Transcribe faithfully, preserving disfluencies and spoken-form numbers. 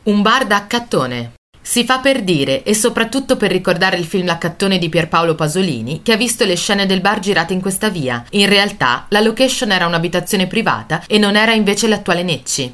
Un bar da accattone. Si fa per dire, e soprattutto per ricordare il film L'accattone di Pierpaolo Pasolini, che ha visto le scene del bar girate in questa via. In realtà, la location era un'abitazione privata e non era invece l'attuale Necci.